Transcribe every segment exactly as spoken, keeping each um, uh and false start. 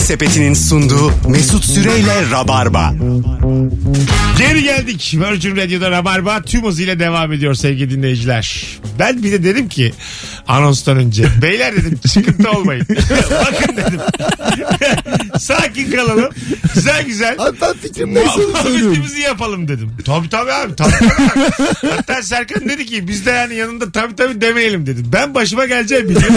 Sepeti'nin sunduğu Mesut Süreyle Rabarba. Geri geldik. Virgin Radio'da Rabarba tüm hızıyla devam ediyor sevgili dinleyiciler. Ben bir de dedim ki anonstan önce, beyler dedim çıkıntı olmayın. Bakın dedim. Sakin kalalım. Güzel güzel. Abi ben fikrim neyse onu söylüyorum. Muhabbetimizi yapalım dedim. Tabii tabii abi. Tabii, tabii. Hatta Serkan dedi ki biz de yani yanında tabii tabii demeyelim dedim. Ben başıma geleceğim biliyorum.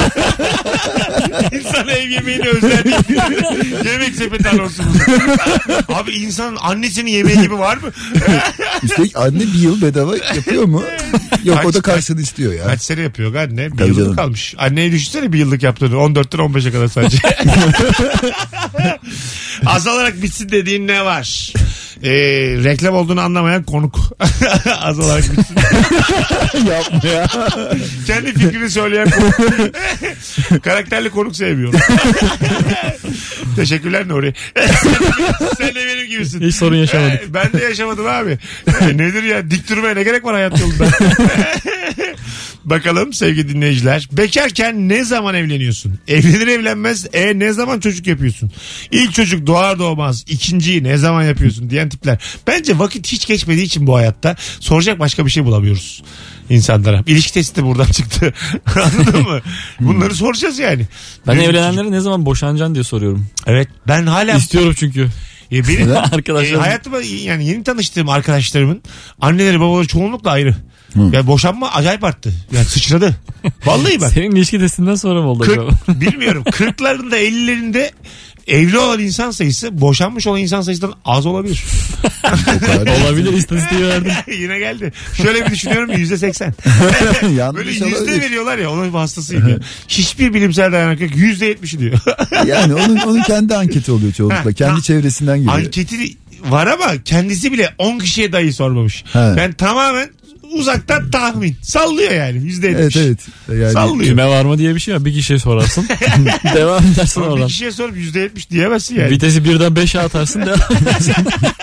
İnsan ev yemeğini özler değil. Yemek sepeti anonsumuz. Abi insanın annesinin yemeği gibi var mı? Üstelik anne bir yıl bedava yapıyor mu? Yok kaç, o da karşılığını istiyor ya. Kaç sene yapıyor anne? Bir tabii yıllık canım. kalmış. Anneye düşünsene bir yıllık yaptığını. on dörtten on beşe kadar sadece. Azalarak bitsin dediğin ne var? Ee, reklam olduğunu anlamayan konuk. Azalarak bitsin. Yapma ya. Kendi fikrini söyleyen konuk. Karakterli konuk sevmiyorum. Teşekkürler Nuri. Sen de benim gibisin. Hiç sorun yaşamadık. Ben de yaşamadım abi. Nedir ya? Dik durmaya ne gerek var hayat yolunda? Bakalım sevgili dinleyiciler. Bekarken ne zaman evleniyorsun? Evlenir evlenmez e ne zaman çocuk yapıyorsun? İlk çocuk doğar doğmaz ikinciyi ne zaman yapıyorsun diyen tipler. Bence vakit hiç geçmediği için bu hayatta soracak başka bir şey bulamıyoruz insanlara. İlişki testi de buradan çıktı. Anladın mı? Bunları soracağız yani. Ben Benim evlenenlere ne zaman boşanacaksın diye soruyorum. Evet ben hala İstiyorum çünkü. E benim Arkadaşlarım. e, hayatıma yani yeni tanıştığım arkadaşlarımın anneleri babaları çoğunlukla ayrı. Hı. Yani boşanma acayip arttı. Yani sıçradı. Vallahi bak. Senin ilişki testinden sonra mı oldu acaba? Bilmiyorum. kırklarında ellilerinde evli olan insan sayısı boşanmış olan insan sayısından az olabilir. Olabilir, istatistiği verdim. Yine geldi. Şöyle bir düşünüyorum yüzde seksen. Böyle yüzde veriyorlar ya onun hastasıyım ya. Hiçbir bilimsel dayanak yok. Yüzde yetmişi diyor. Yani onun, onun kendi anketi oluyor çoğunlukla. Kendi ha, çevresinden geliyor. Anketi var ama kendisi bile on kişiye dahi sormamış. He. Yani tamamen uzaktan tahmin. Sallıyor yani. Yüzde yetmiş. Evet evet. Yani sallıyor. Kime var mı diye bir şey var. Bir kişiye sorarsın. Devam edersin ama oradan. Bir kişiye sorup yüzde yetmiş diyemezsin yani. Vitesi birden beşe atarsın devam edersin.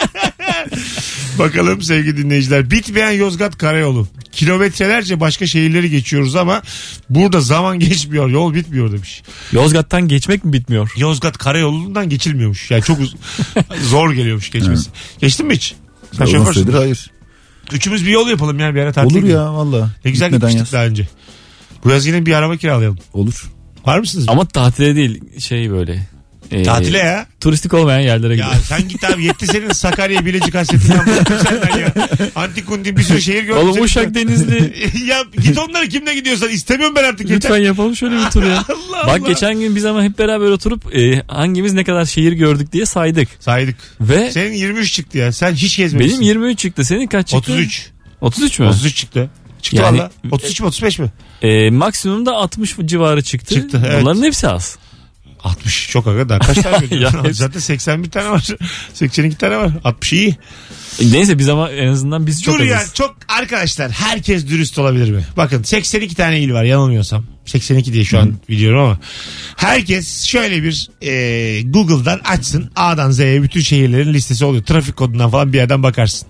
Bakalım sevgili dinleyiciler. Bitmeyen Yozgat Karayolu. Kilometrelerce başka şehirleri geçiyoruz ama burada zaman geçmiyor. Yol bitmiyor demiş. Yozgat'tan geçmek mi bitmiyor? Yozgat Karayolu'ndan geçilmiyormuş. Yani çok uz- zor geliyormuş geçmesi. Geçtin mi hiç? Sen şoförsün. Hayır. Üçümüz bir yol yapalım ya bir ara tatil. Olur ya gibi. Valla. Ne güzel Gitmeden gitmiştik yaz. daha önce. Bu yaz yine bir araba kiralayalım. Olur. Var mısınız? Ama tatile değil şey böyle. E, Tatile ya. Turistik olmayan yerlere gidiyor. Ya sen git abi yetti senin Sakarya Bilecik hasretinden bıktım senden ya. Antikundin bir sürü şehir gördüm. Oğlum Uşak Denizli. Ya git onları kimle gidiyorsan istemiyorum ben artık. Lütfen yeter. Yapalım şöyle bir tur ya. Allah Bak Allah. geçen gün biz ama hep beraber oturup e, hangimiz ne kadar şehir gördük diye saydık. Saydık. Ve senin yirmi üç çıktı ya. Sen hiç gezmemişsin. Benim yirmi üç çıktı. Senin kaç çıktı? otuz üç. otuz üç mü? otuz üç çıktı. Çıktı yani, valla. otuz üç mü otuz beş mi? E, maksimum da altmış civarı çıktı. Çıktı evet. Bunların hepsi az. altmış çok aga daha kaç tane gördün? Zaten seksen bir tane var. seksen iki tane var. altmış iyi. Neyse biz ama en azından biz çok Dur ya azız. çok arkadaşlar herkes dürüst olabilir mi? Bakın seksen iki tane il var yanılmıyorsam. seksen iki diye şu an biliyorum ama. Herkes şöyle bir e, Google'dan açsın. A'dan Z'ye bütün şehirlerin listesi oluyor. Trafik kodundan falan bir yerden bakarsın.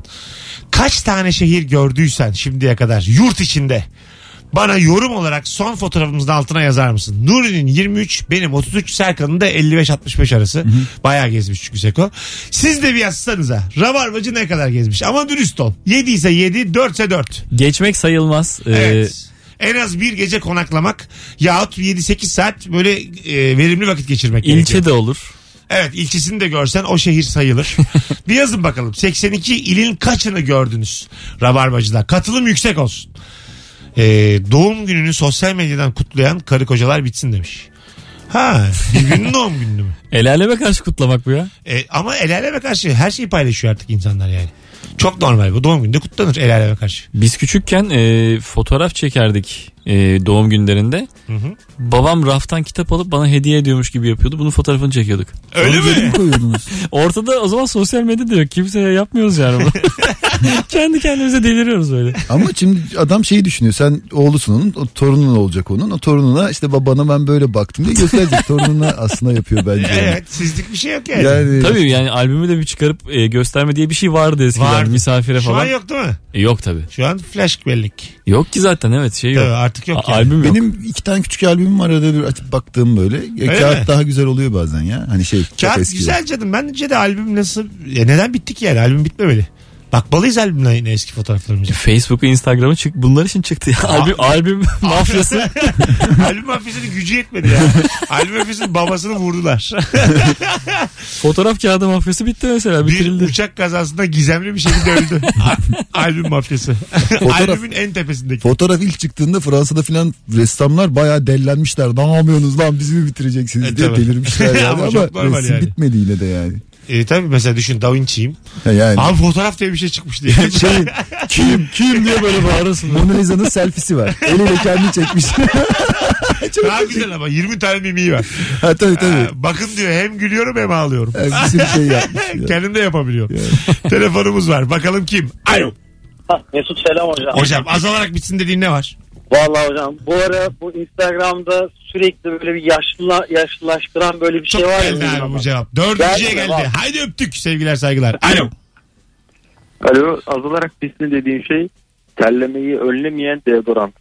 Kaç tane şehir gördüysen şimdiye kadar yurt içinde bana yorum olarak son fotoğrafımızın altına yazar mısın? Nuri'nin yirmi üç, benim otuz üç, Serkan'ın da elli beş altmış beş arası. Hı hı. Bayağı gezmiş çünkü Seko. Siz de bir yazsanıza. Rabarbacı ne kadar gezmiş? Ama dürüst ol. yedi ise yedi, dört ise dört. Geçmek sayılmaz. Evet. Ee... En az bir gece konaklamak yahut yedi sekiz saat böyle e, verimli vakit geçirmek İlçe gerekiyor. de olur. Evet ilçesini de görsen o şehir sayılır. Bir yazın bakalım. seksen iki ilin kaçını gördünüz Rabarbacılar? Katılım yüksek olsun. Ee, doğum gününü sosyal medyadan kutlayan karı kocalar bitsin demiş. Ha, birbirinin doğum gününü mü? El aleme karşı kutlamak bu ya. Ee, ama el aleme karşı her şeyi paylaşıyor artık insanlar yani. Çok normal bu. Doğum gününde kutlanır el aleme karşı. Biz küçükken e, fotoğraf çekerdik e, doğum günlerinde. Hı hı. Babam raftan kitap alıp bana hediye ediyormuş gibi yapıyordu. Bunun fotoğrafını çekiyorduk. Öyle mi? Ortada o zaman sosyal medya da yok. Kimseye yapmıyoruz yani bunu. Kendi kendimize deliriyoruz böyle. Ama şimdi adam şeyi düşünüyor. Sen oğlusun onun, o torunun olacak onun. O torununa işte babana ben böyle baktım diye gösterecek. Torununa aslında yapıyor bence. Evet, yani. sizlik bir şey yok yani. yani. Tabii yani albümü de bir çıkarıp e, gösterme diye bir şey vardı eskiden. Vardı. Misafire Şu falan. Şu an yok değil mi? E, yok tabii. Şu an flash bellek. Yok ki zaten evet şey yok. Tabii, artık Artık yok A- yani. Albüm yok. Benim iki tane küçük albümüm var, arada bir açıp baktığım böyle. Ya, Öyle kağıt mi? daha güzel oluyor bazen ya. Hani şey çok Kağıt eski. güzel canım. Bence de albüm nasıl... Ya neden bittik ki yani? Albüm bitmemeli. Bakmalıyız albümle yine eski fotoğraflarımıza. Facebook'u, Instagram'ı çık bunlar için çıktı ya. Albüm albüm mafyası. Albüm mafyasının gücü yetmedi ya. Albüm mafyasının babasını vurdular. Fotoğraf kağıdı mafyası bitti mesela, Bir bitirildi. uçak kazasında gizemli bir şekilde öldü. A- albüm mafyası. Fotoğraf- Albümün en tepesindeki. Fotoğraf ilk çıktığında Fransa'da filan ressamlar bayağı dellenmişler. Ne yapıyorsunuz lan, bizi mi bitireceksiniz E, diye tabii. delirmişler yani. Ama ama çok normal resim yani. bitmedi yine de yani. E, tabii mesela düşün Da Vinci'yim. Ha, yani. Abi fotoğraf diye bir şey çıkmış diye. Şeyin, Kim kim diye böyle bağırırsın. Mona Lisa'nın selfie'si var. Eliyle kendini çekmiş. Çok Daha küçük. güzel ama yirmi tane mimiği var. Ha, tabii tabii. Ha, bakın diyor hem gülüyorum hem ağlıyorum. Yani bir sürü şey yapmış. Ya. Kendim de yapabiliyorum. Telefonumuz var. Bakalım kim? Alo. Ha, Mesut selam hocam. Hocam azalarak bitsin dediğin ne var? Vallahi hocam bu ara bu Instagram'da sürekli böyle bir yaşlı yaşlılaştıran böyle bir Çok şey var geldi ya. abi bu cevap. Dördüncüye Geldi mi? geldi. Var. Haydi öptük. Sevgiler saygılar. Alo. Alo, azalarak pisli dediğin şey terlemeyi önlemeyen deodorant.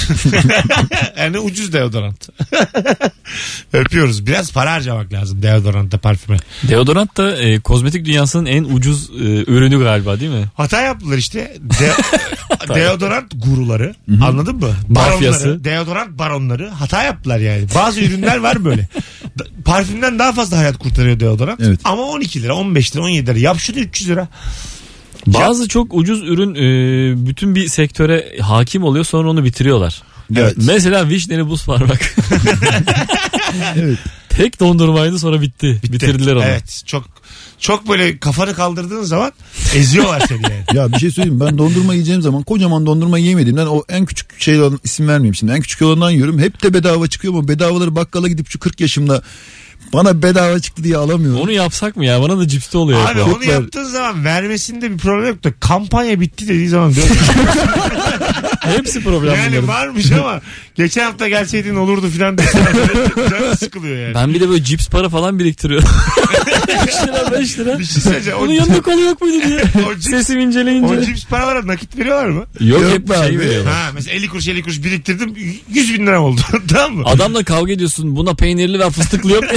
Yani ucuz deodorant. Öpüyoruz. Biraz para harcamak lazım deodoranta, parfüme. Deodorant da e, kozmetik dünyasının en ucuz e, ürünü galiba, değil mi? Hata yaptılar işte. De- deodorant guruları. Anladın mı? Mafyası. Baronları, deodorant baronları hata yaptılar yani. Bazı ürünler var böyle. Da- Parfümden daha fazla hayat kurtarıyor deodorant. Evet. Ama on iki lira, on beş lira, on yedi lira. Yap şunu üç yüz lira. Bazı çok ucuz ürün e, bütün bir sektöre hakim oluyor, sonra onu bitiriyorlar. Evet. Mesela vişneli buz parmak. Evet. Tek dondurmaydı, sonra bitti. Bitirdiler onu. Evet. Çok çok böyle kafanı kaldırdığın zaman eziyorlar seni yani. Ya bir şey söyleyeyim, ben dondurma yiyeceğim zaman kocaman dondurma yemediğimden o en küçük şey olan, isim vermeyeyim şimdi, en küçük olandan yiyorum. Hep de bedava çıkıyor ama bedavaları bakkala gidip şu kırk yaşımda bana bedava çıktı diye alamıyorum. Onu yapsak mı ya? Bana da cipste oluyor. Abi hep o. onu yaptığın zaman vermesinde bir problem yok da kampanya bitti dediği zaman diyor. Hepsi problem Yani bunların. varmış ama geçen hafta gelseydin olurdu filan diye. Canı sıkılıyor yani. Ben bir de böyle cips para falan biriktiriyorum. beş lira beş lira. Bir şey söyleyeceğim. Bunun yanında kolu yok muydu diye. O cips- Sesim inceleyince. O cips paralara nakit veriyorlar mı? Yok, Yok hep be şey abi. veriyorlar. Ha mesela elli kuruş elli kuruş biriktirdim yüz bin lira oldu. Tamam mı? Adamla kavga ediyorsun. Buna peynirli ver, fıstıklı yok.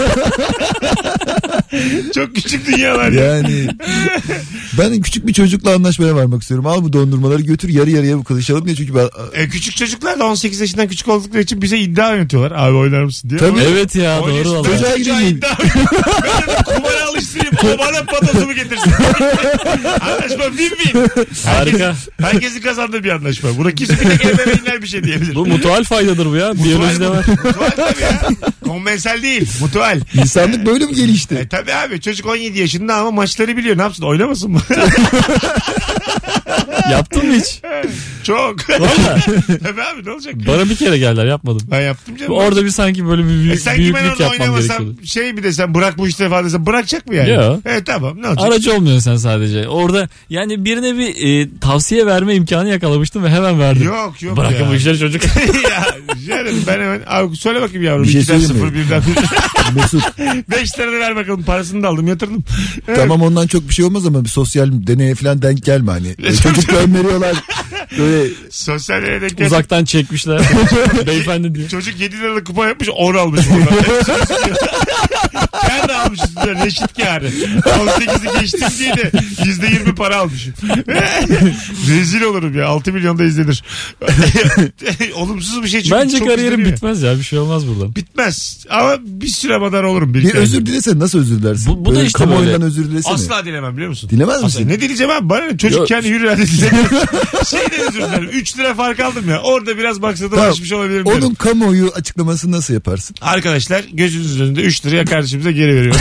Çok küçük dünyalar ya. Yani ben küçük bir çocukla anlaşmaya varmak istiyorum. Al bu dondurmaları götür, yarı yarıya bu konuşalım diye, çünkü ben E, küçük çocuklar da on sekiz yaşından küçük oldukları için bize iddia yönetiyorlar. Abi oynar mısın diye. Tabii. Evet ya, On doğru yaşında valla. Çocuğa çocuğa gireyim. iddia Ben de kumara alıştırayım. O bana patosumu getirsin. Anlaşma win-win. Harika. Herkesin kazandığı bir anlaşma. Buna kimse bir tek ebeveynler bir şey diyebilir. Bu mutual faydadır bu ya. Biyolojide var. Mutual tabii ya. Konvensel değil. Mutual. insanlık böyle mi gelişti? E tabii abi çocuk on yedi yaşında ama maçları biliyor. Ne yapsın? Oynamasın mı? Yaptın mı hiç? Çok. Valla. Tabii abi ne olacak? Bana bir kere geldiler, yapmadım. Ben yaptım canım. Orada bir sanki böyle bir E büyük, sanki ben büyüklük orada yapmam oynamasam gerekiyordu. şey mi desem bırak bu işleri falan desem bırakacak mı yani? Yo. Evet tamam ne olacak? Aracı olmuyorsun sen sadece. Orada yani birine bir e, tavsiye verme imkanı yakalamıştım ve hemen verdim. Yok yok Bırakın ya. bu işleri çocuk. ya canım ben hemen abi söyle bakayım yavrum. Bir şey ikiden söyleyeyim mi? sıfır birden Mesut, beş lira da ver bakalım parasını da aldım yatırdım. Evet. tamam ondan çok bir şey olmaz ama bir sosyal deneye falan denk gelme hani. Böyle çocuk gönderiyorlar. Böyle Sosyal yere denk gel- Uzaktan çekmişler. Beyefendi diyor. Çocuk yedi liralık kupa yapmış on almış oradan. Kâr da almış üstüne reşit kârı. on sekizi geçtim diye de yüzde yirmi para almışım. Rezil olurum ya altı milyonda izlenir. Olumsuz bir şey çünkü Bence çok kariyerim izleniyor. bitmez ya, bir şey olmaz buradan. Bitmez ama bir süre kadar olurum. bir özür dilesen nasıl özür dilersin? Bu- bu da Böyle işte kamuoyundan böyle. özür dilesene. Asla dilemem biliyor musun? Dilemez Asla. misin? Ne dileyeceğim abi? Bana ne? Çocukken Yok. yürü hadi dilemiyorum. Şeyden özür dilerim. üç lira fark aldım ya. Orada biraz maksadım Tamam. aşmış olabilirim. derim. Onun kamuoyu açıklamasını nasıl yaparsın? Arkadaşlar gözünüzün önünde üç liraya kardeşimize geri veriyorum.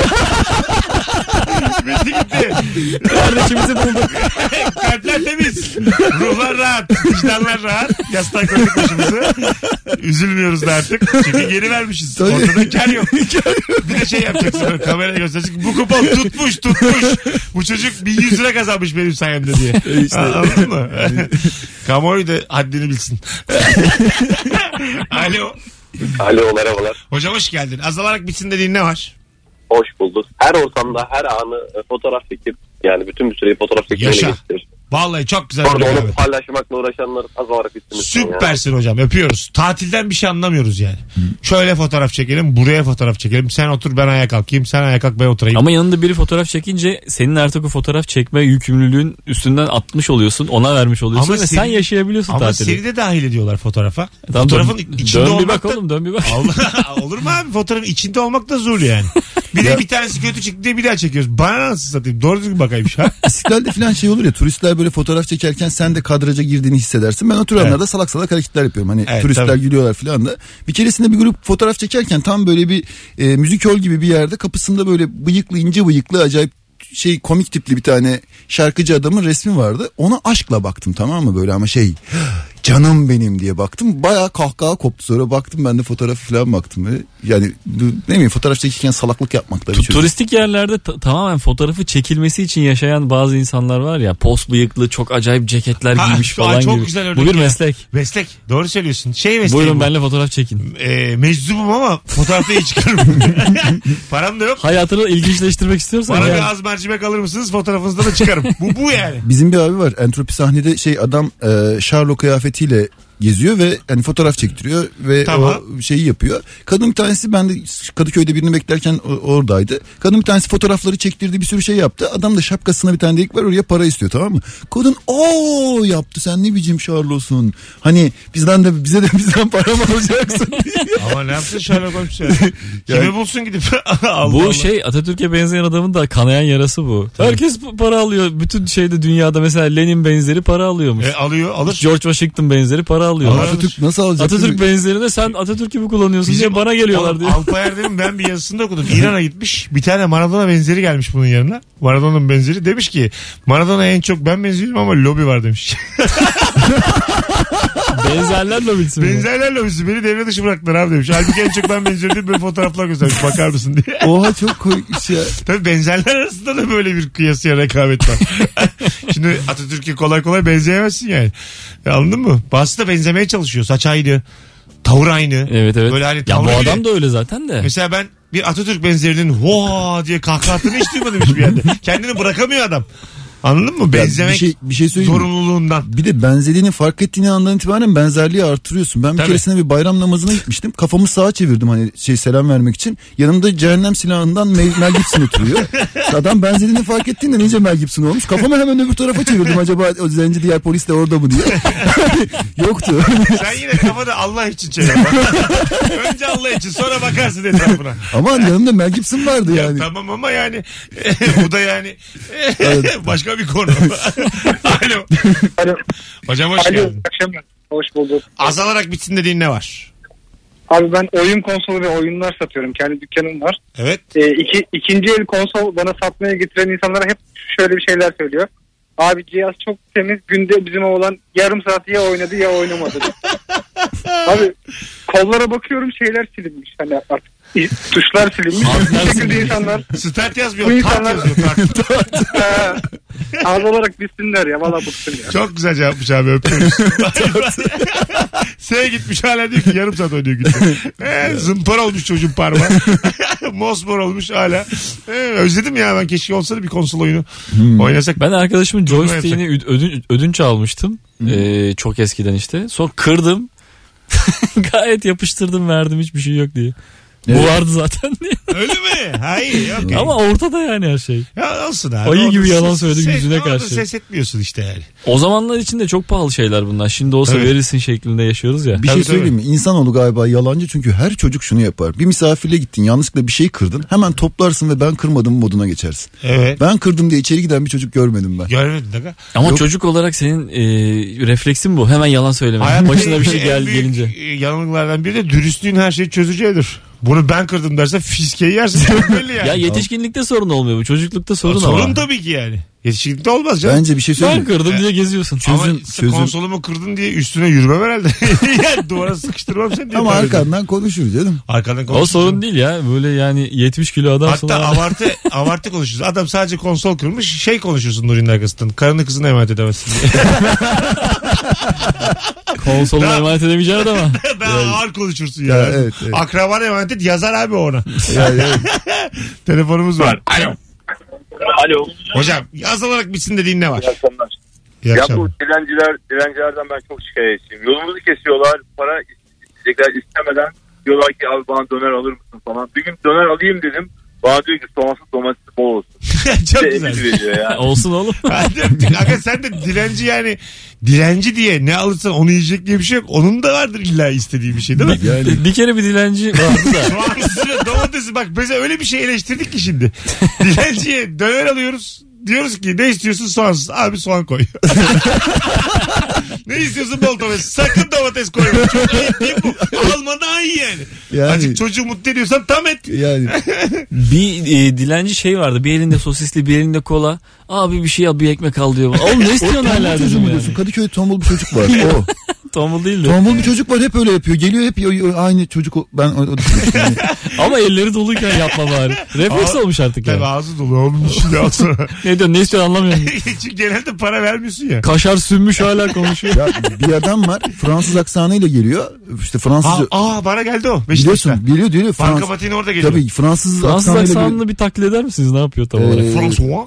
Bitti gitti. Kardeşimizi bulduk. Kalpler temiz. Ruhlar rahat. Vicdanlar rahat. Yastığa koyduk başımızı. Üzülmüyoruz da artık. Çünkü geri vermişiz. Tabii. Ortada kar yok. Bir de şey yapacaksın. Böyle kameraya göstereceksin. Bu kupon tutmuş tutmuş. Bu çocuk bir yüz lira kazanmış benim sayemde diye. İşte. Anladın mı? Kamuoyu da haddini bilsin. Alo. Alo, merhabalar. Hocam hoş geldin. Azalarak bitsin dediğin ne var? Hoş bulduk. Her ortamda her anı e, fotoğraf çekip yani bütün bir süreyi fotoğraf çekmeyle Yaşa. geçirir. Vallahi çok güzel. Orada bir onu rekabet. paylaşmakla uğraşanlar azalarak bitsin. Süpersin hocam, öpüyoruz. Tatilden bir şey anlamıyoruz yani. Şöyle fotoğraf çekelim, buraya fotoğraf çekelim. Sen otur, ben ayağa kalkayım, sen ayağa kalk, ben oturayım. Ama yanında biri fotoğraf çekince senin artık o fotoğraf çekme yükümlülüğün üstünden atmış oluyorsun. Ona vermiş oluyorsun Ama ve seni- sen yaşayabiliyorsun Ama tatili. seni de dahil ediyorlar fotoğrafa. Tamam, Fotoğrafın dön, içinde dön bir olmak bak da... oğlum, dön bir bak. Allah, olur mu abi? Fotoğrafın içinde olmak da zor yani. Bir de bir tanesi kötü çıktı diye bir daha çekiyoruz. Bana nasıl satayım? Doğru düzgün bakayım şu an. İstiklal'de falan şey olur ya, turistler böyle fotoğraf çekerken sen de kadraja girdiğini hissedersin. Ben oturanlarda evet. salak salak hareketler yapıyorum. Hani evet, turistler tabii. gülüyorlar falan da. Bir keresinde bir grup fotoğraf çekerken tam böyle bir e, müzik hol gibi bir yerde, kapısında böyle bıyıklı, ince bıyıklı, acayip şey komik tipli bir tane şarkıcı adamın resmi vardı. Ona aşkla baktım, tamam mı, böyle ama şey canım benim diye baktım. Bayağı kahkaha koptu, sonra baktım ben de fotoğrafı falan baktım. Böyle. Yani ne bileyim, fotoğraf çekirken salaklık yapmak da bir çözüm. Turistik yerlerde t- tamamen fotoğrafı çekilmesi için yaşayan bazı insanlar var ya, post bıyıklı, çok acayip ceketler Ha, giymiş şu an falan çok gibi. güzel örnek Bu bir ya. meslek. Meslek. Doğru söylüyorsun. Şey mesleği Buyurun bu. benimle fotoğraf çekin. E, meczubum ama fotoğrafta iyi çıkarım. Param da yok. Hayatını ilginçleştirmek istiyorsan Bana yani. bir az mercimek alır mısınız? Fotoğrafınızda da çıkarım. Bu bu yani. Bizim bir abi var, entropi sahnede şey adam e, Sherlock kıyafetiyle geziyor ve hani fotoğraf çektiriyor ve Tamam. o şeyi yapıyor. Kadın bir tanesi, ben de Kadıköy'de birini beklerken oradaydı. Kadın bir tanesi fotoğrafları çektirdi, bir sürü şey yaptı. Adam da şapkasına bir tane delik var, oraya para istiyor, tamam mı? Kadın ooo yaptı, sen ne biçim Sherlock'sun. Hani bizden de bize de bizden para mı alacaksın diye. Ama ne yapsın Sherlock Holmes ya? Kimi bulsun gidip? Allah Bu Allah. şey, Atatürk'e benzeyen adamın da kanayan yarası bu. Herkes para alıyor. Bütün şeyde, dünyada mesela Lenin benzeri para alıyormuş. E, alıyor alır. George Washington benzeri para alıyor. Allah Atatürk nasıl alacak? Atatürk benzerine sen Atatürk gibi kullanıyorsun Bizim- diye bana geliyorlar diye. Alpa Erdem'in ben bir yazısında okudum. İran'a gitmiş. Bir tane Maradona benzeri gelmiş bunun yanına. Maradona'nın benzeri. Demiş ki Maradona'ya en çok ben benziyorum ama lobi var demiş. Benzerler lobisi mi? Benzerler lobisi beni devre dışı bıraktılar abi demiş. Halbuki en çok ben benziyorum diye böyle fotoğraflar göstermiş. Bakar mısın diye. Oha, çok koymuş ya. Tabii benzerler arasında da böyle bir kıyasıya rekabet var. Şimdi Atatürk'e kolay kolay benzeyemezsin yani. Ya, anladın mı? Bazısı da benzemeye çalışıyor. Saç aynı. Tavır aynı. Evet evet. Böyle hani ya tavrı bu bile- adam da öyle zaten de. Mesela ben bir Atatürk benzerinin hoa diye kahkaha attığını hiç duymadım hiçbir yerde. Kendini bırakamıyor adam. Anladın mı? Benzemek bir şey bir şey söyleyeyim mi? zorunluluğundan. Bir de benzediğini fark ettiğini andan itibaren benzerliği artırıyorsun. Ben bir Tabii. keresinde bir bayram namazına gitmiştim. Kafamı sağa çevirdim hani şey selam vermek için. Yanımda cehennem silahından Mel, Mel Gibson oturuyor. Adam benzediğini fark ettiğinde iyice Mel Gibson olmuş. Kafamı hemen öbür tarafa çevirdim. Acaba o zenci diğer polis de orada mı diye. Yoktu. Sen yine kafanı Allah için çevir. Önce Allah için sonra bakarsın etrafına. Ama yanımda Mel Gibson vardı Ya yani. tamam ama yani bu da yani başka bir konu. Alo. Alo. Hocam hoş Alo. geldin. Akşamlar. Hoş bulduk. Azalarak bitsin dediğin ne var? Abi ben oyun konsolu ve oyunlar satıyorum. Kendi dükkanım var. Evet. Ee, iki, ikinci el konsol bana satmaya getiren insanlara hep şöyle bir şeyler söylüyor. Abi cihaz çok temiz. Günde bizim oğlan yarım saat ya oynadı ya oynamadı. Abi kollara bakıyorum, şeyler silinmiş. Hani artık tuşlar silinmiş. Bu şekilde insanlar Start yazmıyor. Bu Tart insanlar- yazıyor. Tart. ağız olarak bitsinler ya. Valla bıktım ya. Çok güzel cevapmış abi, öpüyoruz. S gitmiş hala diyor ki yarım saat oynuyor günde. Ee, zımpara olmuş çocuğun parmağı. Mosmor olmuş hala. Ee, özledim ya, ben keşke olsa da bir konsol oyunu oynasak. Ben arkadaşımın Durma joystick'ini öd- ödün, ödünç almıştım. Ee, çok eskiden işte. Sonra kırdım. Gayet yapıştırdım, verdim, hiçbir şey yok diye. Bu Evet. vardı zaten diye. Öyle mi? Hayır yok. Ama ortada yani her şey. Ya olsun abi. Ayı Orada gibi yalan ses- söyledim ses- yüzüne orada karşı. ses etmiyorsun işte yani. O zamanlar için de çok pahalı şeyler bunlar. Şimdi olsa Evet. verirsin şeklinde yaşıyoruz ya. Bir Tabii, şey söyleyeyim mi? İnsanoğlu galiba yalancı, çünkü her çocuk şunu yapar. Bir misafirle gittin, yanlışlıkla bir şey kırdın. Hemen toplarsın ve ben kırmadım moduna geçersin. Evet. Ben kırdım diye içeri giden bir çocuk görmedim ben. Görmedin aga. Ama Yok. çocuk olarak senin e, refleksin bu. Hemen yalan söyleme. Hayatta Başına bir şey en gel, büyük gelince. yanılgılardan biri de dürüstlüğün her şeyi çözeceğidir. Bunu ben kırdım derse fiskeyi yersin. Çok belli yani. Ya yetişkinlikte sorun olmuyor bu. Çocuklukta sorun, Sorun ama. tabii ki yani. Yetişkinlikte olmaz canım. Bence bir şey Ben söyleyeyim. kırdım diye geziyorsun. Ama çözüm- sen çözüm- konsolumu kırdın diye üstüne yürümem herhalde. Yani duvara sıkıştırmam seni diye. Ama tabii. arkandan konuşur canım. Arkadan O konuşuruz. sorun değil ya. Böyle yani yetmiş kilo adamsın. Hatta ama- abartı abartı konuşuruz. Adam sadece konsol kırmış, şey konuşursun Nuri'nin arkasından. Karını kızına emanet edemezsin diye. Konsoluna Daha- emanet edemeyeceğin adama. Daha ağır konuşursun ya. Ya, evet, evet. Akrabana emanet et, yazar abi ona. Yani, evet. Telefonumuz var. Alo. Alo. Hocam yaz olarak bitsin dediğin ne var? İyi akşamlar. İyi Ya bu akşamlar. dilenciler, dilencilerden ben çok şikayetçiyim. Yolumuzu kesiyorlar, para isteyecekler istemeden. Diyorlar ki abi bana döner alır mısın falan. Bir gün döner alayım dedim. Bana diyor ki soğansız domatesi bol olsun. Çok Bir de güzel. emir veriyor ya. Olsun oğlum. Aga sen de dilenci yani dilenci diye ne alırsan onu yiyecek diye bir şey yok. Onun da vardır illa istediği bir şey değil mi? Bir, bir kere bir dilenci vardı da. Soğansız domatesi bak mesela öyle bir şey eleştirdik ki şimdi. Dilenciye döner alıyoruz. Diyoruz ki ne istiyorsun soğansız. Abi soğan koy. Ne istiyorsun bol domates. Sakın domates koyma. Çok iyi değil bu. Alma daha iyi yani. Yani- Azıcık çocuğu mutlu ediyorsan tam et. Yani Bir e, dilenci şey vardı. Bir elinde sosisli, bir elinde kola. Abi bir şey al, bir ekmek al diyor. Oğlum ne istiyorsun tombul hala çocuğu dedim mu yani. diyorsun? Kadıköy'de tombul bir çocuk var. O. Tombul değil de. Tombul bir çocuk var, hep öyle yapıyor. Geliyor hep o- o- aynı çocuk. o- Ben o, o düşünmüştüm. Yani. Ama elleri doluyken yapma bari. Refleks Aa, olmuş artık Tabii yani. ağzı dolu oğlum şimdi al sonra. Ne diyorsun, ne istiyorsun anlamıyorum. Çünkü genelde para vermiyorsun ya. Kaşar sünmüş hala konuşuyor. Ya bir adam var, Fransız aksanıyla geliyor. İşte Fransızca. Aa, aa bana geldi o. Biliyorsun, Beşiktaş'ta. biliyor biliyor. Banka Fransız. Pati'nin orada geliyor. Tabii Fransız Fransız aksanıyla. aksanını bir taklit eder misiniz? Ne yapıyor tam Ee, olarak? François.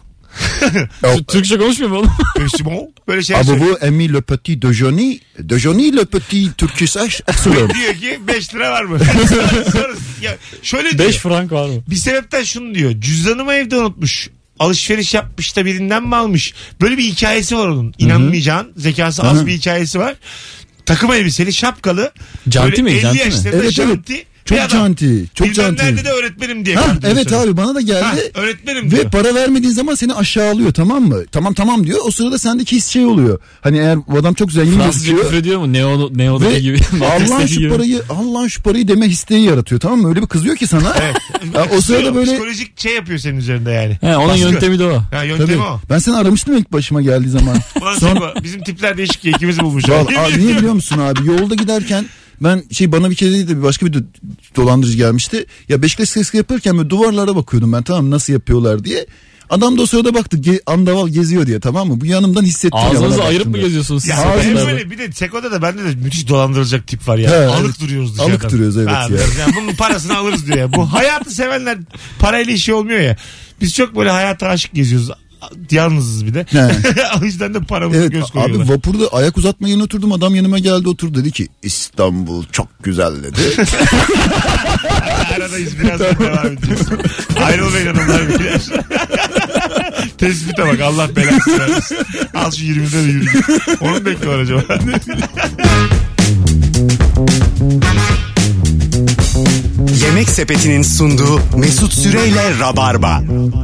T- Türkçe konuşmuyor mu oğlum? Peşimon. Böyle şeyler Abi söylüyor. bu Emi le petit déjeuner. Déjeuner le petit turkish excellent. Diyor ki beş lira var mı? Sonra, ya şöyle diyor. beş frank var mı? Bir sebepten şunu diyor. Cüzdanımı evde unutmuş. Alışveriş yapmış da birinden mi almış? Böyle bir hikayesi var onun. İnanmayacağın zekası az Hı-hı. bir hikayesi var. Takım elbiseli, şapkalı. Janti böyle mi? elli Janti mi? yaşlarında Evet, evet. janti. Çok bir adam. canti. Çok Bilmem canti. nerede de öğretmenim diye. Ha, kandırıyor evet seni. abi bana da Ha, geldi. öğretmenim diyor. Ve para vermediğin zaman seni aşağılıyor, tamam mı? Tamam tamam diyor. O sırada sendeki his şey oluyor. Hani eğer bu adam çok zengin Fransızca gözüküyor. küfür ediyor mu? Neo, Neo'daki Ve gibi. Allah'ın Matrix'teki şu gibi. parayı Allah'ın şu parayı deme isteği yaratıyor, tamam mı? Öyle bir kızıyor ki sana. Evet. Ya o sırada böyle Psikolojik şey yapıyor senin üzerinde yani. He, onun Baskı. yöntemi de o. Ha, yöntemi tabii. o. Ben seni aramıştım ilk başıma geldiği zaman. Ulan Sonra Seko, bizim tipler değişik ki ikimiz bulmuş. Vallahi, abi, niye biliyor musun abi? Yolda giderken ben şey bana bir kere değil de başka bir do- dolandırıcı gelmişti. Ya Beşiktaş sesi yapırken böyle duvarlara bakıyordum ben, tamam nasıl yapıyorlar diye. Adam da o sırada baktı ge- andaval geziyor diye, tamam mı? Bu yanımdan hissettim. ya Ağzınızı bana ayırıp mı baktığında. geziyorsunuz siz? Ya Ağzınızı- hem böyle bir de Seko'da da bende de müthiş dolandırılacak tip var ya. He, Alık evet. duruyoruz dışarıdan. Alık duruyoruz, evet ya. Yani bunun parasını alırız diyor ya. Bu hayatı sevenler parayla işi olmuyor ya. Biz çok böyle hayata aşık geziyoruz. Yalnızız bir de. He. O yüzden de paramıza Evet göz koyuyorlar. abi vapurda ayak uzatma yerine oturdum, adam yanıma geldi oturdu, dedi ki İstanbul çok güzel dedi. Aradayız birazdan devam edeceğiz. Ayrılmayın hanımlar beyler. Tespite bak Allah belasını vermesin. Al şu yirmide de yürü. Onu mu bekliyor acaba? Yemek Sepeti'nin sunduğu Mesut Süreyle Rabarba.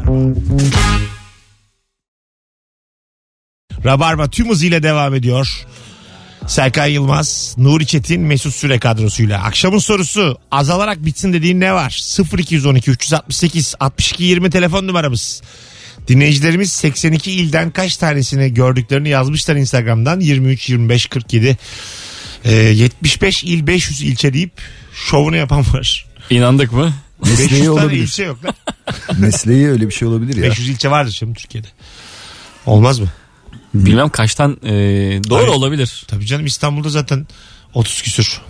Rabarba tüm hızıyla devam ediyor. Serkan Yılmaz, Nuri Çetin, Mesut Süre kadrosuyla. Akşamın sorusu azalarak bitsin dediğin ne var? sıfır iki on iki üç altı sekiz altmış iki yirmi telefon numaramız. Dinleyicilerimiz seksen iki ilden kaç tanesini gördüklerini yazmışlar Instagram'dan. yirmi üç yirmi beş kırk yedi ee, yetmiş beş il beş yüz ilçe deyip şovunu yapan var. İnandık mı? beş yüz Mesleği tane olabilir. ilçe yok lan. Mesleği öyle bir şey olabilir ya. beş yüz ilçe vardır şimdi Türkiye'de. Olmaz mı? Bilmem kaçtan e, doğru Hayır. olabilir. Tabii canım İstanbul'da zaten otuz küsür.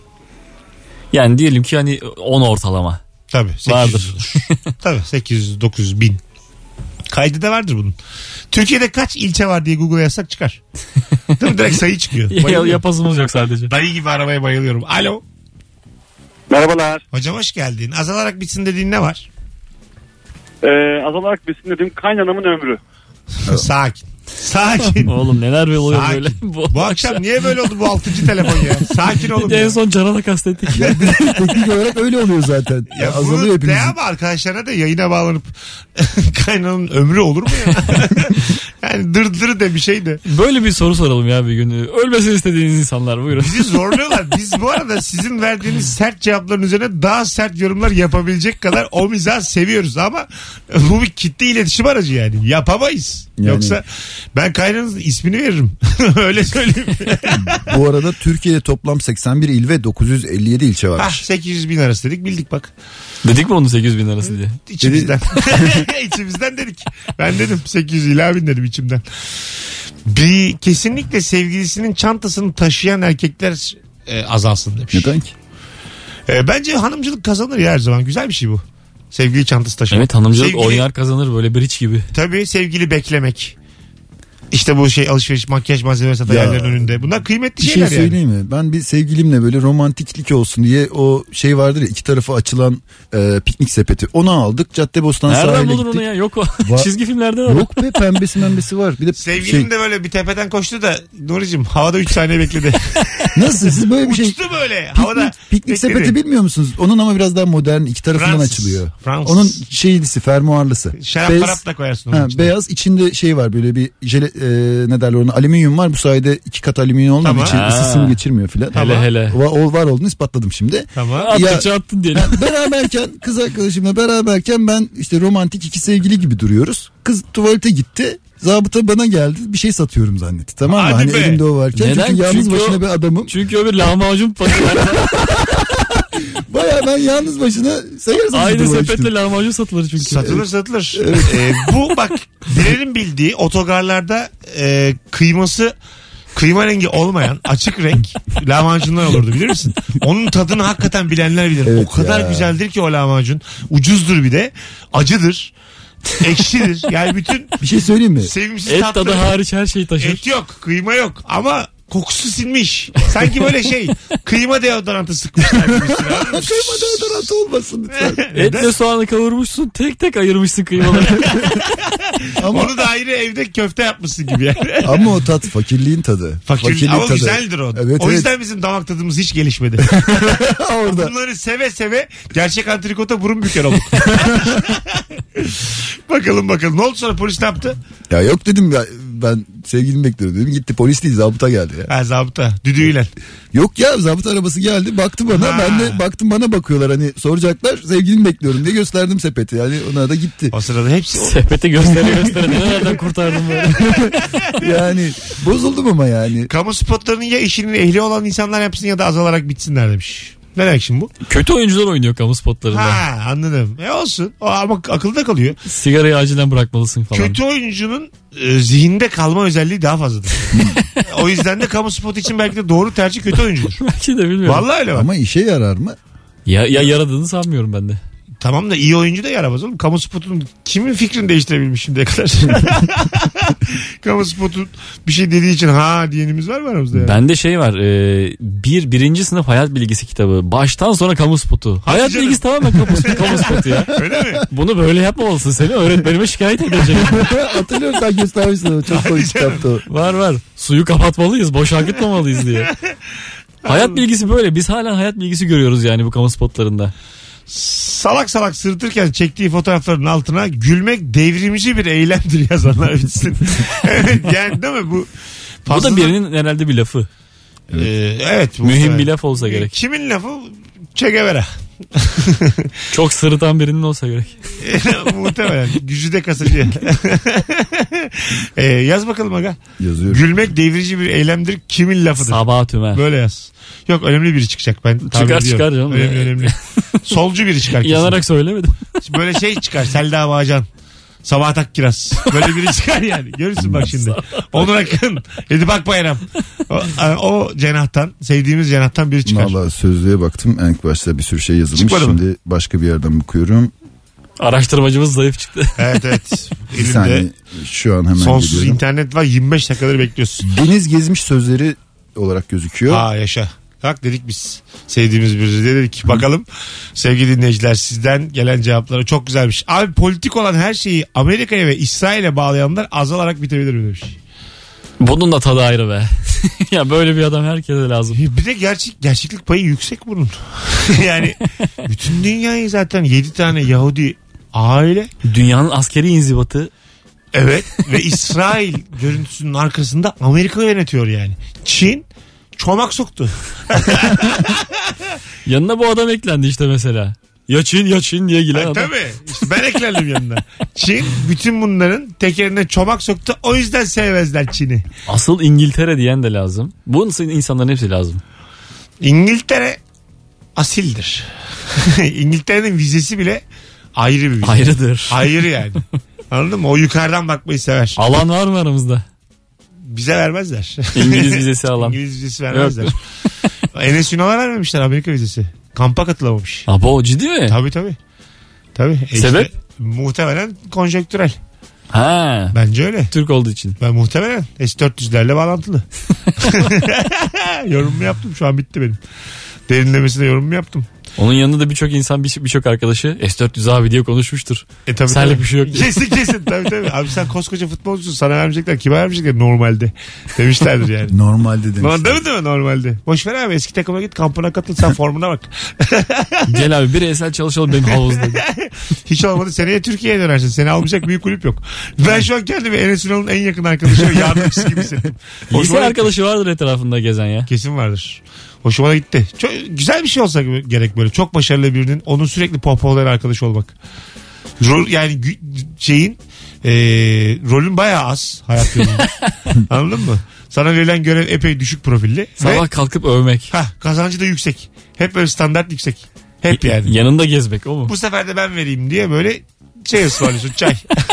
Yani diyelim ki hani on ortalama. Tabii sekiz yüz Vardır. olur. Tabii sekiz yüz dokuz yüz bin. Kaydı da vardır bunun. Türkiye'de kaç ilçe var diye Google'a yazsak çıkar. Değil mi? Direkt sayı çıkıyor. Ya, Bayılıyorum. yapasımız yok sadece. Dayı gibi aramaya bayılıyorum. Alo. Merhabalar. Hocam hoş geldin. Azalarak bitsin dediğin ne var? Ee, azalarak bitsin dediğim kaynanamın ömrü. Sakin. Sakin. Oğlum neler oluyor Sakin. böyle. Bu akşam niye böyle oldu bu altıncı telefon ya? Sakin olun En ya. son Can'a kastettik. Teknik olarak öyle oluyor zaten. Ya Azalıyor bunu hepimizin. de ama arkadaşlarına da yayına bağlanıp kaynananın ömrü olur mu ya? Yani dırdırı de bir şey de. Böyle bir soru soralım ya bir gün. Ölmesini istediğiniz insanlar buyurun. Bizi zorluyorlar. Biz bu arada sizin verdiğiniz sert cevapların üzerine daha sert yorumlar yapabilecek kadar o mizahı seviyoruz ama bu bir kitle iletişim aracı yani. Yapamayız. Yani. Yoksa ben kaynananızın ismini veririm. Öyle söyleyeyim. Bu arada Türkiye'de toplam seksen bir il ve dokuz yüz elli yedi ilçe ah, varmış. sekiz yüz bin arası dedik bildik bak. Dedik mi onu sekiz yüz bin arası diye? İçimizden. İçimizden dedik. Ben dedim sekiz yüz ila bin dedim içimden. Bir kesinlikle sevgilisinin çantasını taşıyan erkekler e, azalsın demiş. Neden ki? E, bence hanımcılık kazanır ya her zaman. Güzel bir şey bu. Sevgili çantası taşımak. Evet hanımcılık Sevgili- oynar kazanır böyle bridge gibi. Tabii sevgili beklemek. İşte bu şey alışveriş makyaj malzemesi satan Ya, yerlerin önünde. Bunlar kıymetli Bir şey şeyler yani. söyleyeyim mi? Ben bir sevgilimle böyle romantiklik olsun diye o şey vardır ya, iki tarafı açılan e, piknik sepeti. Onu aldık. Caddebostan Nereden sahile bulur gittik. onu ya? Yok o. Va- Çizgi filmlerde var. Yok be, pembesi membesi var. Bir de Sevgilim şey, de böyle bir tepeden koştu da Nuri'cim havada üç saniye bekledi. nasıl siz böyle bir şey Uçtu böyle havada. piknik, piknik bekledi. sepeti bilmiyor musunuz? Onun ama biraz daha modern, iki tarafından Fransız. açılıyor. Fransız. Onun şeylisi, fermuarlısı. Şarap Bez- parap da koyarsın onun Ha, içine. beyaz, içinde şey var, böyle bir jele, e, ne derler ona, alüminyum var. Bu sayede iki kat alüminyum olmadığı Tamam. için Ha. ısısını geçirmiyor filan. Hele hele. O, o var olduğunu ispatladım şimdi. Tamam. Attıkça attın diyelim. Ha, beraberken, kız arkadaşımla beraberken ben işte romantik iki sevgili gibi duruyoruz. Kız tuvalete gitti. Zabıta bana geldi, bir şey satıyorum zannetti, tamam mı? Hadi Hani be. elimde o varken. Neden? Çünkü yalnız Çünkü başına o- bir adamım. Çünkü o bir lahmacun patı. Baya ben yalnız başına seyyar Aynı sepetle lahmacun satılır çünkü. Satılır satılır. Ee, bu bak Bilal'in bildiği otogarlarda e, kıyması kıyma rengi olmayan açık renk lahmacunlar olurdu, bilir misin? Onun tadını hakikaten bilenler bilir. Evet O kadar ya. güzeldir ki o lahmacun. Ucuzdur bir de. Acıdır. Ekşidir. Yani bütün Bir şey söyleyeyim mi? sevimsiz Et tatlı. tadı hariç her şeyi taşır. Et yok, kıyma yok ama kokusu sinmiş. Sanki böyle şey kıyma deodorantı sıkmışlar gibi. Kıyma deodorant olmasın lütfen. Etle soğanı kavurmuşsun, tek tek ayırmışsın kıymaları. Ama, Onu da ayrı evde köfte yapmışsın gibi yani. ama o tat fakirliğin tadı. Fakir, ama tadı. güzeldir o. Evet, o evet. yüzden bizim damak tadımız hiç gelişmedi. Orada. Bunları seve seve gerçek antrikota burun büker olduk. Bakalım bakalım. Ne oldu sonra, polis ne yaptı? Ya yok dedim ya, ben sevgilimi bekliyorum dedim. Gitti, polis değil, zabıta geldi ya. Ha, zabıta düdüğüyle. Yok ya, zabıta arabası geldi, baktı bana, Ha. ben de baktım, bana bakıyorlar, hani soracaklar, sevgilimi bekliyorum diye gösterdim sepeti, yani ona da gitti. O sırada hepsi Sepeti göstere göstere nelerden kurtardım böyle. Yani bozuldum ama yani. kamu spotlarının ya işinin ehli olan insanlar yapsın ya da azalarak bitsinler demiş. Ne demek şimdi bu? Kötü oyuncular oynuyor kamu spotlarında. Ha, anladım. E olsun. O ama akılda kalıyor. Sigarayı acilen bırakmalısın falan. Kötü oyuncunun e, zihinde kalma özelliği daha fazladır. O yüzden de kamu spotu için belki de doğru tercih kötü oyuncudur. Belki de bilmiyorum. Vallahi öyle bak. Ama işe yarar mı? Ya, ya yaradığını sanmıyorum ben de. Tamam da iyi oyuncu da yaramaz oğlum. Kamu spotunun kimin fikrini değiştirebilmiş şimdiye kadar? Kamu spotu bir şey dediği için ha diyenimiz var mı aramızda yani? Bende şey var. E, bir birinci sınıf hayat bilgisi kitabı. Baştan sona kamu spotu. Hadi hayat canım. bilgisi tamamen kamu, kamu spotu ya. Öyle mi? Bunu böyle yapmamalısın, seni öğretmenime şikayet edeceğim. Hatırlıyorum, sen göstermişsin onu, çok komik kitaptı o. Var var. Suyu kapatmalıyız, boş akıtmamalıyız diye. Hayat bilgisi böyle. Biz hala hayat bilgisi görüyoruz yani bu kamu spotlarında. Salak salak sırıtırken çektiği fotoğrafların altına gülmek devrimci bir eylemdir yazanlar bitsin. Evet yani değil mi bu? Bu Fazla da birinin herhalde bir lafı. Ee, evet. Mühim muhtemelen. bir laf olsa gerek. Kimin lafı? Che Guevara. Çok sırıtan birinin olsa gerek. Muhtemelen. Gücüde kasacı. ee, yaz bakalım aga. Yazıyorum. Gülmek devrimci bir eylemdir. Kimin lafıdır? Sabah Tümer. Böyle yaz. Yok, önemli biri çıkacak. Ben tahmin Çıkar, ediyorum. çıkar canım. Önemli önemli. Solcu biri çıkar kesin. Yanarak söylemedim. Böyle şey çıkar. Selda Bağcan. Sabah Takkiraz. Böyle biri çıkar yani. Görürsün bak şimdi. Onur Akın. Edip Akbayram. O, o cenahtan, sevdiğimiz cenahtan biri çıkar. Valla sözlüğe baktım, en başta bir sürü şey yazılmış. Çıkmadı mı? Şimdi başka bir yerden bakıyorum. Araştırmacımız zayıf çıktı. Evet evet. Bir saniye, Elimde şu an hemen sonsuz geliyorum. internet var. yirmi beş dakikadır bekliyorsun. Deniz gezmiş sözleri olarak gözüküyor. Aa yaşa. Bak dedik biz. Sevdiğimiz biri dedik. Bakalım sevgili dinleyiciler, sizden gelen cevapları çok güzelmiş. Abi politik olan her şeyi Amerika'ya ve İsrail'e bağlayanlar azalarak bitebilir mi demiş. Bunun da tadı ayrı be. Ya böyle bir adam herkese lazım. Bir de gerçek gerçeklik payı yüksek bunun. Yani bütün dünyayı zaten yedi tane Yahudi aile, Dünyanın askeri inzibatı. evet, ve İsrail görüntüsünün arkasında Amerika yönetiyor yani. Çin çomak soktu. Yanına bu adam eklendi işte mesela. Ya Çin ya Çin diye gülen Ha, adam. tabii. İşte ben eklendim yanına. Çin bütün bunların tekerine çomak soktu. O yüzden sevmezler Çin'i. Asıl İngiltere diyen de lazım. Bu insanların hepsi lazım. İngiltere asildir. İngiltere'nin vizesi bile ayrı bir vize. Ayrıdır. Ayrı yani. Anladın mı? O yukarıdan bakmayı sever. Alan var mı aramızda? Bize vermezler. İngiliz vizesi alan. İngiliz vizesi vermezler. Enes Ünal'a vermemişler Amerika vizesi. Kampa katılamamış. Abo ciddi mi? Tabii tabii. Tabii. E Sebep? işte, muhtemelen konjonktürel. Ha. Bence öyle. Türk olduğu için. Ben muhtemelen S dört yüzlerle bağlantılı. Yorumumu yaptım, şu an bitti benim. Derinlemesine yorumumu yaptım. Onun yanında da birçok insan bir- birçok arkadaşı S dört yüz abi diye konuşmuştur. E tabii, Senlik tabii. bir şey yok. Kesin kesin tabii tabii. Abi sen koskoca futbolcusun, sana vermeyecekler. Kime vermeyecekler normalde demişlerdir yani. Normalde demiş. Normal, değil mi değil mi normalde? Boş ver abi, eski takıma git, kampına katıl, sen formuna bak. Gel abi bireysel çalışalım benim havuzda. Hiç olmadı seneye Türkiye'ye dönersin. Seni almayacak büyük kulüp yok. Ben şu an kendimi Enes Ünal'ın en yakın arkadaşı ve yardımcısı gibi hissettim. Lise Hoşuma gitti. arkadaşı vardır etrafında gezen ya. Kesin vardır. Hoşuma gitti. Çok güzel bir şey olsa gerek böyle. Çok başarılı birinin, onun sürekli pohpohlayan arkadaşı olmak. Rol, yani gü- şeyin e, rolün bayağı az hayat yolunda. Anladın mı? Sana verilen görev epey düşük profilli. Sabah Ve, kalkıp övmek. hah, kazancı da yüksek. Hep böyle standart yüksek. Hep yani. Yanında gezmek o mu? Bu sefer de ben vereyim diye böyle şey ısmarlıyorsun, çay.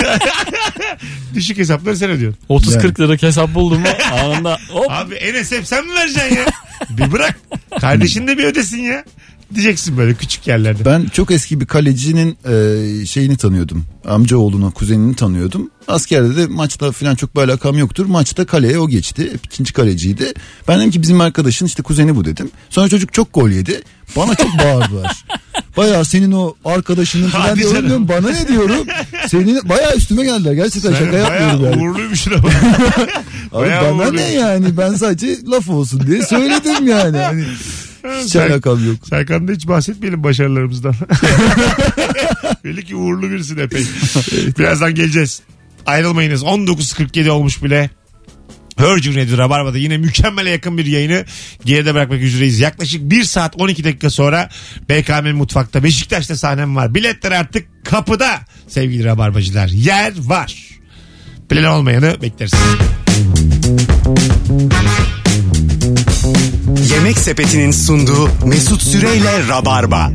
Düşük hesapları sen ödüyorsun. otuz kırk liralık hesap buldum mu anında hop. Abi Enes hep sen mi vereceksin ya? Bir bırak. Kardeşin de bir ödesin ya. Diyeceksin böyle küçük yerlerde. Ben çok eski bir kalecinin e, şeyini tanıyordum. Amcaoğlunu, kuzenini tanıyordum. Askerde de maçta falan çok bir alakam yoktur. Maçta kaleye o geçti. Hep ikinci kaleciydi. Ben dedim ki bizim arkadaşın işte kuzeni bu dedim. Sonra çocuk çok gol yedi. Bana çok bağırdılar. Bayağı senin o arkadaşının falan Hadi diyorum. canım. diyorum, bana ne diyorum? Senin bayağı üstüme geldiler. Gerçekten Sen şaka yapmıyorum bayağı yani. uğurluymuşsun ama. Abi bayağı bana uğurluymuş. ne yani? Ben sadece laf olsun diye söyledim yani. Hani hiç Sen- alakam yok. Serkan'da hiç bahsetmeyelim başarılarımızdan. Belli ki uğurlu birisin epey. Birazdan geleceğiz. Ayrılmayınız. on dokuz kırk yedi olmuş bile. Virgin Radio Rabarba'da yine mükemmele yakın bir yayını geride bırakmak üzereyiz. Yaklaşık bir saat on iki dakika sonra B K M Mutfak'ta Beşiktaş'ta sahnem var. Biletler artık kapıda sevgili Rabarbacılar. Yer var. Plan olmayanı bekleriz. Yemek Sepeti'nin sunduğu Mesut Süreyle Rabarba.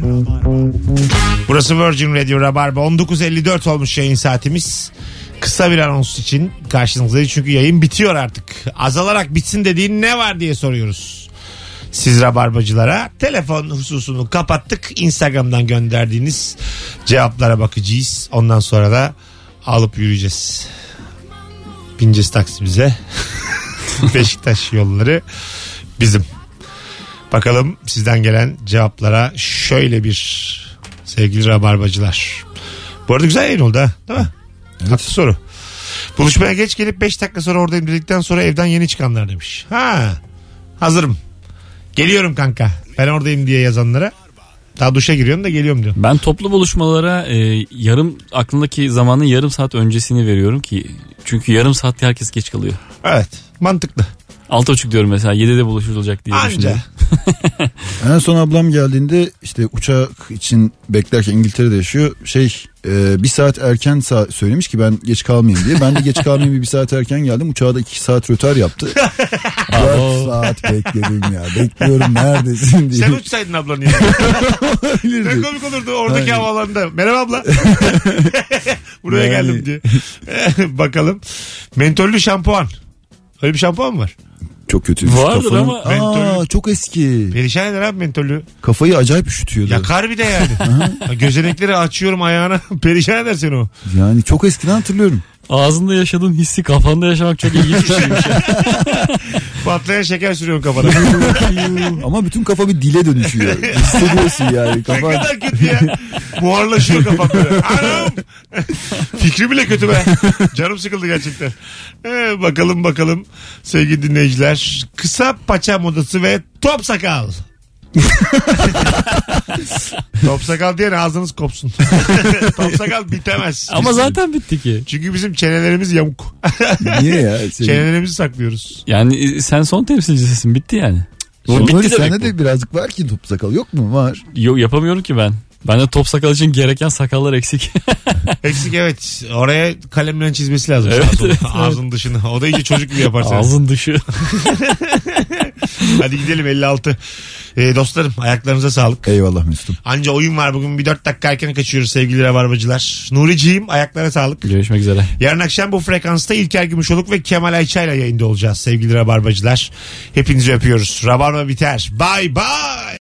Burası Virgin Radio Rabarba. on dokuz elli dört olmuş yayın saatimiz. Kısa bir anons için karşınızdayız çünkü yayın bitiyor artık. Azalarak bitsin dediğin ne var diye soruyoruz. Siz Rabarbacılara telefon hususunu kapattık. Instagram'dan gönderdiğiniz cevaplara bakacağız. Ondan sonra da alıp yürüyeceğiz. Bineceğiz taksimize. Beşiktaş yolları bizim. Bakalım sizden gelen cevaplara şöyle bir sevgili Rabarbacılar. Bu arada güzel yayın oldu ha, değil mi? Evet. Haklı soru. Buluşmaya geç gelip beş dakika sonra oradayım dedikten sonra evden yeni çıkanlar demiş. Ha, hazırım. Geliyorum kanka. Ben oradayım diye yazanlara. Daha duşa giriyorum da geliyorum diyorum. Ben toplu buluşmalara e, yarım aklındaki zamanın yarım saat öncesini veriyorum ki çünkü yarım saatte herkes geç kalıyor. Evet, mantıklı. Altı buçuk diyorum mesela yedide buluşulacak diye Anca. düşünüyorum. En son ablam geldiğinde işte uçak için beklerken İngiltere'de yaşıyor. Şey e, bir saat erken sa- söylemiş ki ben geç kalmayayım diye. Ben de geç kalmayayım diye bir saat erken geldim. Uçağa da iki saat rötar yaptı. Dört saat bekledim ya. Bekliyorum neredesin diye. Sen uçsaydın ablanın yerine. Ne Olabilirdi. komik olurdu oradaki Aynen. havalarında. Merhaba abla. Buraya Yani- geldim diye. Bakalım. Mentollü şampuan. Öyle bir şampuan mı var? Çok kötü. Vardır Kafanın- ama- Aa, Mentolü- çok eski. Perişan eder abi mentollü. Kafayı acayip üşütüyordu. Yakar bir de yani. Gözenekleri açıyorum ayağına. Perişan eder seni o. Yani çok eskiden hatırlıyorum. Ağzında yaşadığın hissi kafanda yaşamak çok ilginç bir şeymiş. Patlayan şeker sürüyorsun kafana. Ama bütün kafa bir dile dönüşüyor. Hissediyorsun yani. Ne Kafa... kadar kötü ya. Buharlaşıyor kafam böyle. Anam. Fikri bile kötü be. Canım sıkıldı gerçekten. Ee, bakalım bakalım sevgili dinleyiciler. Kısa paça modası ve top sakal. Top sakal diyen ağzınız kopsun. Top sakal bitemez. Ama zaten bitti ki. Çünkü bizim çenelerimiz yamuk. Niye ya? Senin... Çenelerimizi saklıyoruz. Yani sen son temsilcisisin bitti yani. Nuri, Bitti sende demek bu. de birazcık var ki top sakal yok mu? Var. Yok yapamıyorum ki ben. Bende top sakal için gereken sakallar eksik. Eksik evet. Oraya kalemle çizmesi lazım. Evet, sağa sola. evet, Ağzın dışını. O da iyice çocuk gibi yapar seni. Ağzın dışı. Hadi gidelim elli altı. Ee, dostlarım ayaklarınıza sağlık. Eyvallah Mesut'um. Anca oyun var bugün, bir dört dakika erken kaçıyoruz sevgili Rabarbacılar. Nuriciğim ayaklara sağlık. Görüşmek üzere. Yarın akşam bu frekansta İlker Gümüşoluk ve Kemal Ayça'yla yayında olacağız sevgili Rabarbacılar. Hepinizi öpüyoruz. Rabarba biter. Bye bye.